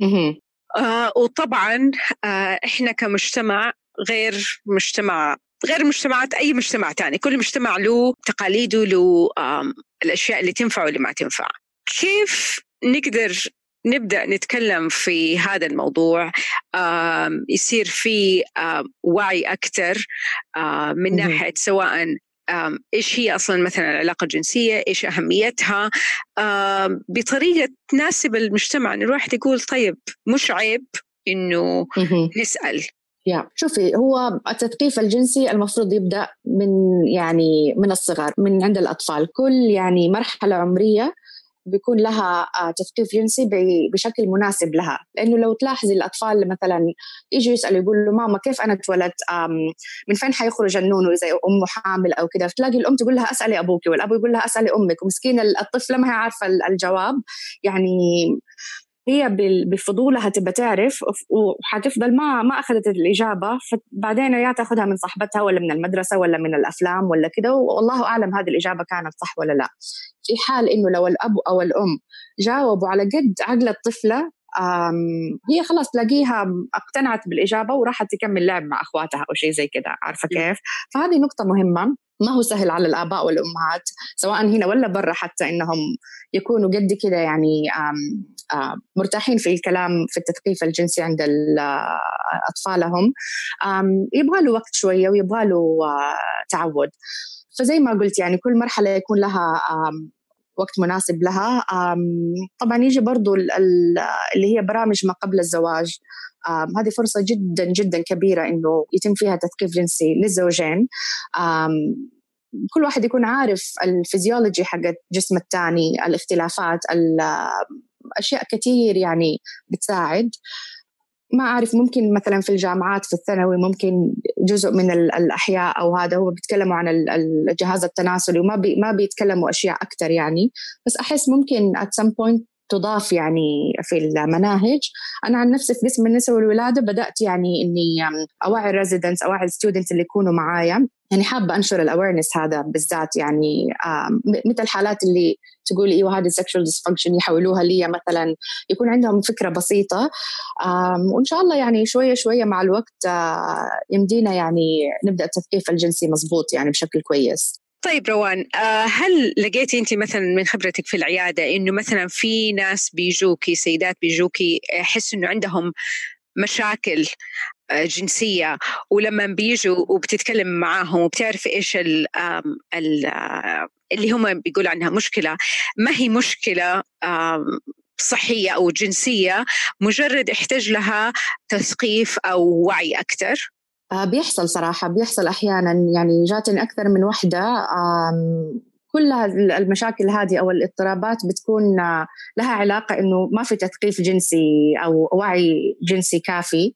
وطبعا إحنا كمجتمع غير مجتمعات أي مجتمع تاني، كل مجتمع له تقاليده، له الأشياء اللي تنفع واللي ما تنفع. كيف نقدر نبدأ نتكلم في هذا الموضوع، يصير في وعي أكتر من ناحية سواء إيش هي أصلاً مثلاً العلاقة الجنسية، إيش أهميتها، بطريقة تناسب المجتمع. إن الواحد يقول طيب مش عيب إنه نسأل. شوفي، هو التثقيف الجنسي المفروض يبدأ من الصغر، من عند الأطفال. كل يعني مرحلة عمرية بيكون لها تثقيف جنسي بشكل مناسب لها. لأنه لو تلاحظي الأطفال مثلا يجوا يسألوا يقولوا ماما كيف أنا اتولدت، من فين حيخرج النونو إذا أمه حامل أو كده، فتلاقي الأم تقول لها أسألي أبوك والأبو يقول لها أسألي أمك، ومسكين الطفلة ما هي عارفة الجواب. يعني هي بفضولها تبى تعرف وحتفضل ما أخذت الإجابة، فبعدين يا تأخذها من صاحبتها ولا من المدرسة ولا من الأفلام ولا كده، والله أعلم هذه الإجابة كانت صح ولا لا. في حال إنه لو الأب أو الأم جاوبوا على قد عقل الطفلة، هي خلاص تلاقيها اقتنعت بالإجابة وراحت تكمل لعب مع أخواتها أو شيء زي كده، عارفة كيف؟ فهذه نقطة مهمة. ما هو سهل على الآباء والأمهات سواء هنا ولا برا حتى إنهم يكونوا قد كده يعني مرتاحين في الكلام في التثقيف الجنسي عند أطفالهم. يبغى له وقت شوية ويبغى له تعود. فزي ما قلت يعني كل مرحلة يكون لها وقت مناسب لها. طبعا يجي برضو اللي هي برامج ما قبل الزواج. هذه فرصة جدا جدا كبيرة إنه يتم فيها تثقيف جنسي للزوجين. كل واحد يكون عارف الفيزيولوجي حق جسم الثاني، الاختلافات، أشياء كتير يعني بتساعد. ما أعرف، ممكن مثلا في الجامعات في الثانوي ممكن جزء من الأحياء أو هذا هو بيتكلموا عن الجهاز التناسلي ما بيتكلموا أشياء أكتر يعني. بس أحس ممكن at some point تضاف يعني في المناهج. أنا عن نفسي في قسم النساء والولادة بدأت يعني إني أوعي الريزيدنتس، أوعي الستودنتس اللي يكونوا معايا، يعني حابة أنشر الأويرنس هذا بالذات يعني. مثل الحالات اللي تقول إيوه هذا sexual dysfunction يحولوها لي مثلا، يكون عندهم فكرة بسيطة. وإن شاء الله يعني شوية شوية مع الوقت يمدينا يعني نبدأ التثقيف الجنسي مزبوط يعني بشكل كويس. طيب روان، هل لقيتي أنت مثلا من خبرتك في العيادة إنه مثلا في ناس بيجوكي، سيدات بيجوكي يحس إنه عندهم مشاكل جنسية، ولما بيجوا وبتتكلم معاهم وبتعرف إيش اللي هم بيقول عنها مشكلة، ما هي مشكلة صحية أو جنسية، مجرد يحتاج لها تثقيف أو وعي أكتر؟ بيحصل صراحة، بيحصل أحيانا يعني. جاتني أكثر من وحدة كل المشاكل هذه أو الاضطرابات بتكون لها علاقة إنه ما في تثقيف جنسي أو وعي جنسي كافي.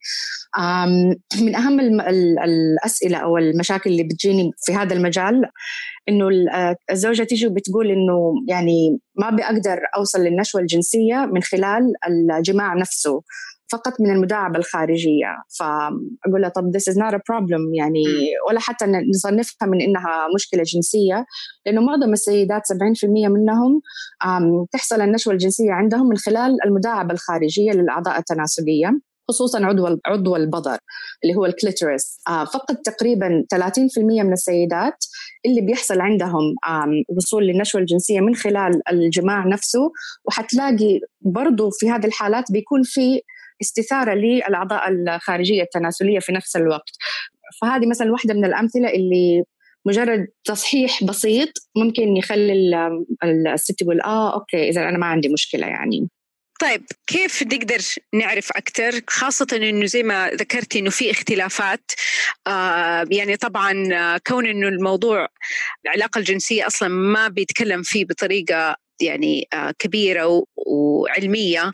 من أهم الأسئلة أو المشاكل اللي بتجيني في هذا المجال إنه الزوجة تيجي وبتقول إنه يعني ما بقدر أوصل للنشوة الجنسية من خلال الجماع نفسه، فقط من المداعبة الخارجية. فأقول لها طب this is not a problem يعني، ولا حتى نصنفها من إنها مشكلة جنسية، لأنه معظم السيدات 70% منهم تحصل النشوة الجنسية عندهم من خلال المداعبة الخارجية للأعضاء التناسلية، خصوصاً عضو البظر اللي هو الكليتورس. فقط تقريباً 30% من السيدات اللي بيحصل عندهم وصول للنشوة الجنسية من خلال الجماع نفسه. وحتلاقي برضو في هذه الحالات بيكون في استثارة للأعضاء الخارجية التناسلية في نفس الوقت. فهذه مثلا واحدة من الأمثلة اللي مجرد تصحيح بسيط ممكن يخلي الست تقول أوكي إذا أنا ما عندي مشكلة يعني. طيب كيف نقدر نعرف أكتر، خاصة إنه زي ما ذكرتي إنه في اختلافات يعني طبعا كون إنه الموضوع العلاقة الجنسية أصلا ما بيتكلم فيه بطريقة يعني كبيرة وعلمية،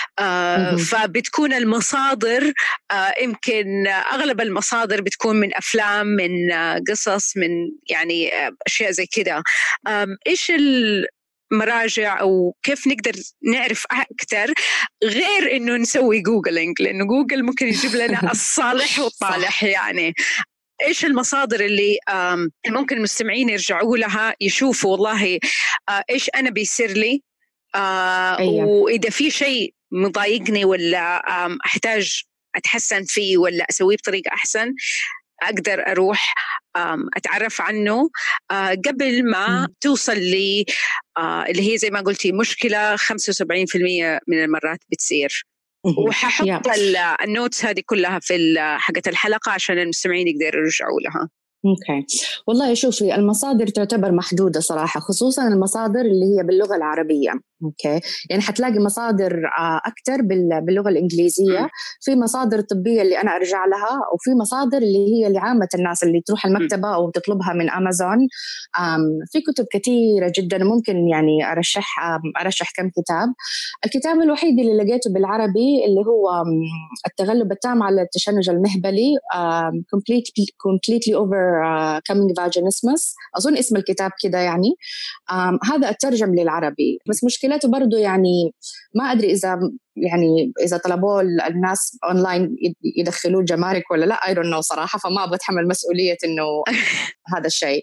فبتكون المصادر يمكن أغلب المصادر بتكون من أفلام، من قصص، من يعني أشياء زي كده. إيش مراجع أو كيف نقدر نعرف أكتر غير إنه نسوي جوجلينج، لأنه جوجل ممكن يجيب لنا الصالح والطالح يعني. إيش المصادر اللي ممكن المستمعين يرجعوا لها يشوفوا والله إيش أنا بيصير لي، أيوة. وإذا في شيء مضايقني ولا أحتاج أتحسن فيه ولا أسويه بطريقة أحسن، أقدر أروح أتعرف عنه قبل ما توصل لي اللي هي زي ما قلتي مشكلة 75% من المرات بتصير. وححط النوتس هذه كلها في حقة الحلقة عشان المستمعين يقدروا يرجعوا لها. اوكي والله شوفي، المصادر تعتبر محدودة صراحة، خصوصا المصادر اللي هي باللغة العربية. اوكي يعني حتلاقي مصادر أكتر باللغة الإنجليزية، في مصادر طبية اللي أنا أرجع لها، وفي مصادر اللي هي لعامة الناس اللي تروح المكتبة أو تطلبها من أمازون. في كتب كثيرة جدا ممكن يعني أرشح كم كتاب. الكتاب الوحيد اللي لقيته بالعربي اللي هو التغلب التام على التشنج المهبلي، completely overcoming vaginismus، أظن اسم الكتاب كده يعني. هذا الترجم للعربي، بس مشكلته برضو يعني ما أدري إذا طلبوه الناس أونلاين يدخلوه الجمارك ولا لا، I don't know صراحة، فما أبغى أتحمل مسؤولية إنه هذا الشيء.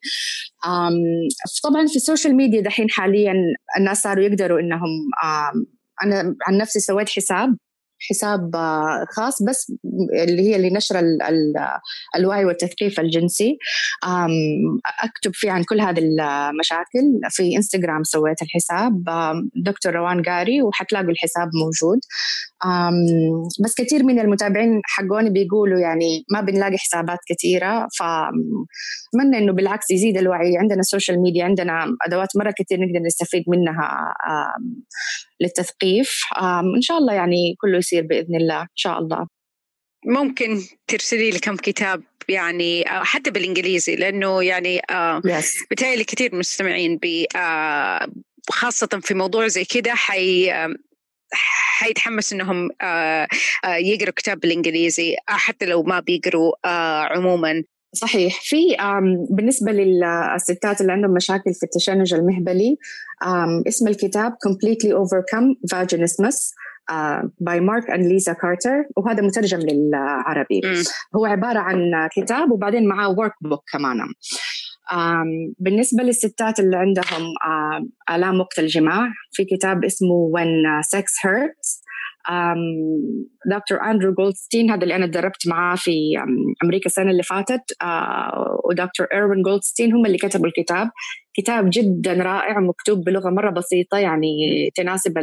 طبعا في السوشيال ميديا دحين حاليا الناس صاروا يقدروا إنهم أنا عن نفسي سويت حساب خاص بس اللي هي لنشر الوعي والتثقيف الجنسي، أكتب فيه عن كل هذه المشاكل. في إنستغرام سويت الحساب دكتور روان قاري، وحتلاقوا الحساب موجود. بس كثير من المتابعين حقوني بيقولوا يعني ما بنلاقي حسابات كثيرة، فأتمنى إنه بالعكس يزيد الوعي. عندنا السوشيال ميديا، عندنا أدوات مرة كثير نقدر نستفيد منها للتثقيف. إن شاء الله يعني كله يصير بإذن الله إن شاء الله. ممكن ترسلي لي كم كتاب يعني حتى بالإنجليزي، لأنه يعني بتهيألي كثير مستمعين خاصة في موضوع زي كده حيتحمس إنهم يقروا كتاب بالإنجليزي حتى لو ما بيقروا عموما. صحيح. في بالنسبة للستات اللي عندهم مشاكل في التشنج المهبلي، اسم الكتاب Completely Overcome Vaginismus by Mark and Lisa Carter، وهذا مترجم للعربي. هو عبارة عن كتاب وبعدين معاه workbook كمان. بالنسبة للستات اللي عندهم آلام وقت الجماع، في كتاب اسمه When Sex Hurts. دكتور أندرو جولدستين، هذا اللي أنا تدربت معاه في أمريكا السنة اللي فاتت، ودكتور إيروين جولدستين هم اللي كتبوا الكتاب. كتاب جدا رائع، مكتوب بلغة مرة بسيطة يعني تناسب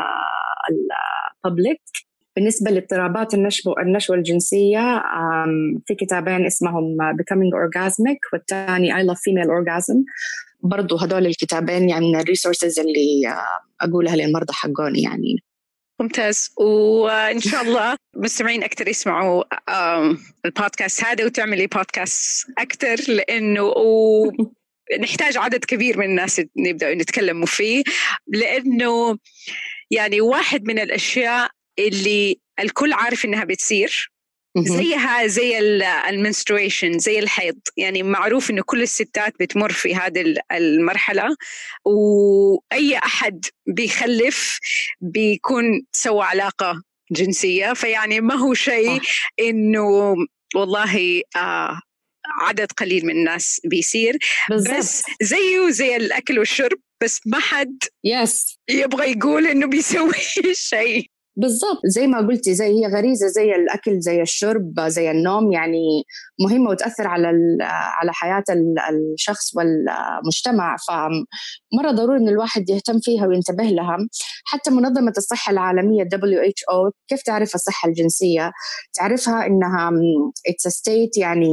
الببليك. بالنسبة لاضطرابات النشوة الجنسية، في كتابين اسمهم Becoming Orgasmic والثاني I Love Female Orgasm. برضو هدول الكتابين يعني من الريسورسز اللي أقولها للمرضى حقوني يعني. ممتاز. وإن شاء الله مستمعين أكتر يسمعوا البودكاست هذا وتعملي بودكاست أكتر، لأنه نحتاج عدد كبير من الناس نبدأ نتكلموا فيه، لأنه يعني واحد من الأشياء اللي الكل عارف إنها بتصير زيها زي المنسترويشن، زي الحيض. يعني معروف إنه كل الستات بتمر في هذه المرحلة، وأي أحد بيخلف بيكون سوى علاقة جنسية، فيعني ما هو شيء إنه والله عدد قليل من الناس بيصير بالزبط. بس زيه زي الأكل والشرب، بس ما حد يبغى يقول إنه بيسوي شيء. بالضبط زي ما قلتي، زي هي غريزة زي الأكل زي الشرب زي النوم، يعني مهمة وتأثر على حياة الشخص والمجتمع، فمرة ضروري إن الواحد يهتم فيها وينتبه لها. حتى منظمة الصحة العالمية WHO كيف تعرف الصحة الجنسية؟ تعرفها إنها it's a state يعني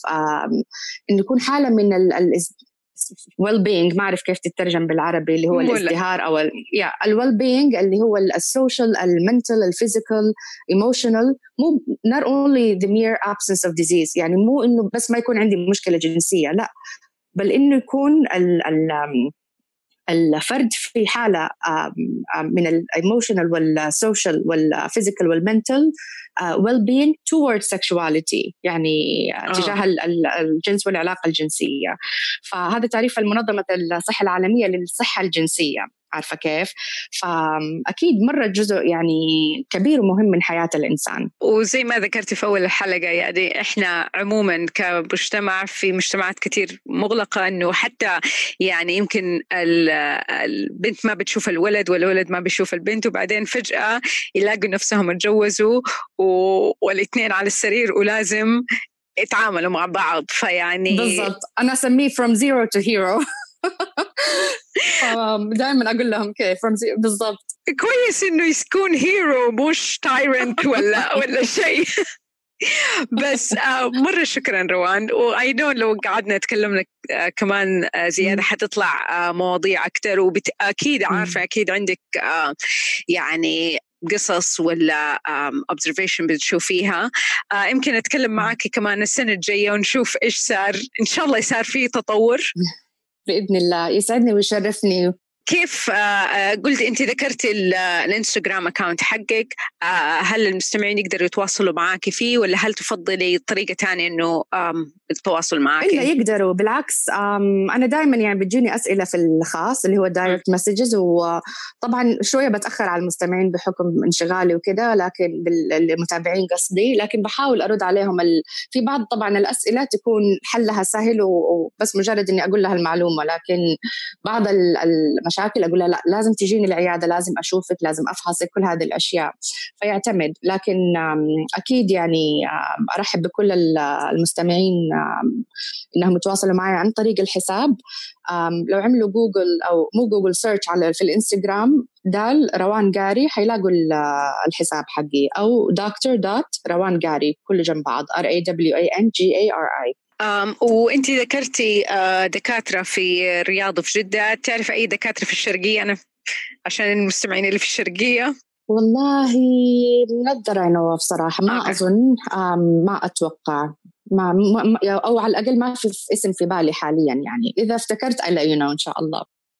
إن يكون حالة من well-being، ما أعرف كيف تترجم بالعربي، اللي هو الازدهار أو well-being اللي هو السوشيال المنتال الفيزيكال emotional، مو not only the mere absence of disease، يعني مو إنه بس ما يكون عندي مشكلة جنسية، لا، بل إنه يكون الفرد في حالة من الإيموشنال والسوشيال والفيزيكال والمنتال well-being towards sexuality، يعني تجاه الجنس والعلاقة الجنسية. فهذا تعريف المنظمة الصحة العالمية للصحة الجنسية، عارفة كيف؟ فأكيد مرة جزء يعني كبير ومهم من حياة الإنسان. وزي ما ذكرتي في أول الحلقة، يعني إحنا عموما كمجتمع في مجتمعات كتير مغلقة، إنه حتى يعني يمكن البنت ما بتشوف الولد والولد ما بيشوف البنت، وبعدين فجأة يلاقوا نفسهم اتجوزوا والاثنين على السرير ولازم يتعاملوا مع بعض. فيعني بالضبط، أنا أسميه from zero to hero. دائما أقول لهم كيف بالضبط. كويس إنه يكون هيرو مش تايرنت ولا شيء. بس مرة شكرا روان، وأي نو لو قعدنا نتكلم كمان زيادة حتطلع مواضيع أكتر، وأكيد عارفة أكيد عندك يعني قصص ولا observation بتشوفيها. يمكن أتكلم معاكي كمان السنة الجاية ونشوف إيش صار، إن شاء الله يصير فيه تطور بإذن الله. يسعدني ويشرفني. كيف قلت أنت ذكرتي الانستغرام أكاونت حقك، هل المستمعين يقدروا يتواصلوا معاكي فيه، ولا هل تفضلي طريقة تانية إنه التواصل معاكي؟ إلا يقدروا، بالعكس أنا دائما يعني بتجيني أسئلة في الخاص اللي هو دايركت مسجز، وطبعا شوية بتأخر على المستمعين بحكم انشغالي وكده، لكن بالمتابعين قصدي، لكن بحاول أرد عليهم. في بعض طبعا الأسئلة تكون حلها سهل وبس مجرد إني أقول لها المعلومة، لكن بعض المشاكل أقول لها لا، لازم تجيني العيادة، لازم أشوفك، لازم أفحصك، كل هذه الأشياء، فيعتمد. لكن أكيد يعني أرحب بكل المستمعين إنهم يتواصلوا معي عن طريق الحساب. لو عملوا جوجل أو مو جوجل سيرش في الإنستغرام دال روان قاري حيلاقوا الحساب حقي، أو Dr. Gary كله جنب بعض RAWANGARI. وانت ذكرتي دكاترة في الرياض في جدة، تعرف أي دكاترة في الشرقية؟ أنا عشان المستمعين اللي في الشرقية والله منظرة نواف صراحة ما أظن، ما أتوقع، أو على الأقل ما في اسم في بالي حاليا، يعني إذا افتكرت ألا إن شاء الله.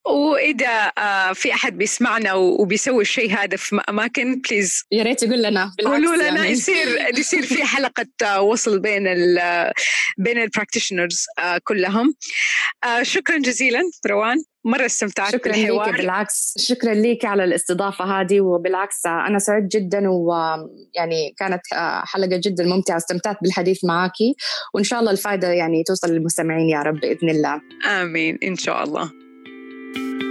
وإذا في أحد بيسمعنا وبيسوي الشيء هذا في أماكن بليز يا ريت يقول لنا، قولوا لنا يعني. يصير في حلقة وصل بين البراكتيشنرز كلهم. شكرا جزيلا روان، مرة استمتعت بالحوار. شكرا لك، بالعكس شكرا لك على الاستضافة هذه، وبالعكس أنا سعيد جدا، ويعني كانت حلقة جدا ممتعة، استمتعت بالحديث معاكي، وإن شاء الله الفائدة يعني توصل للمستمعين يا رب بإذن الله. آمين إن شاء الله.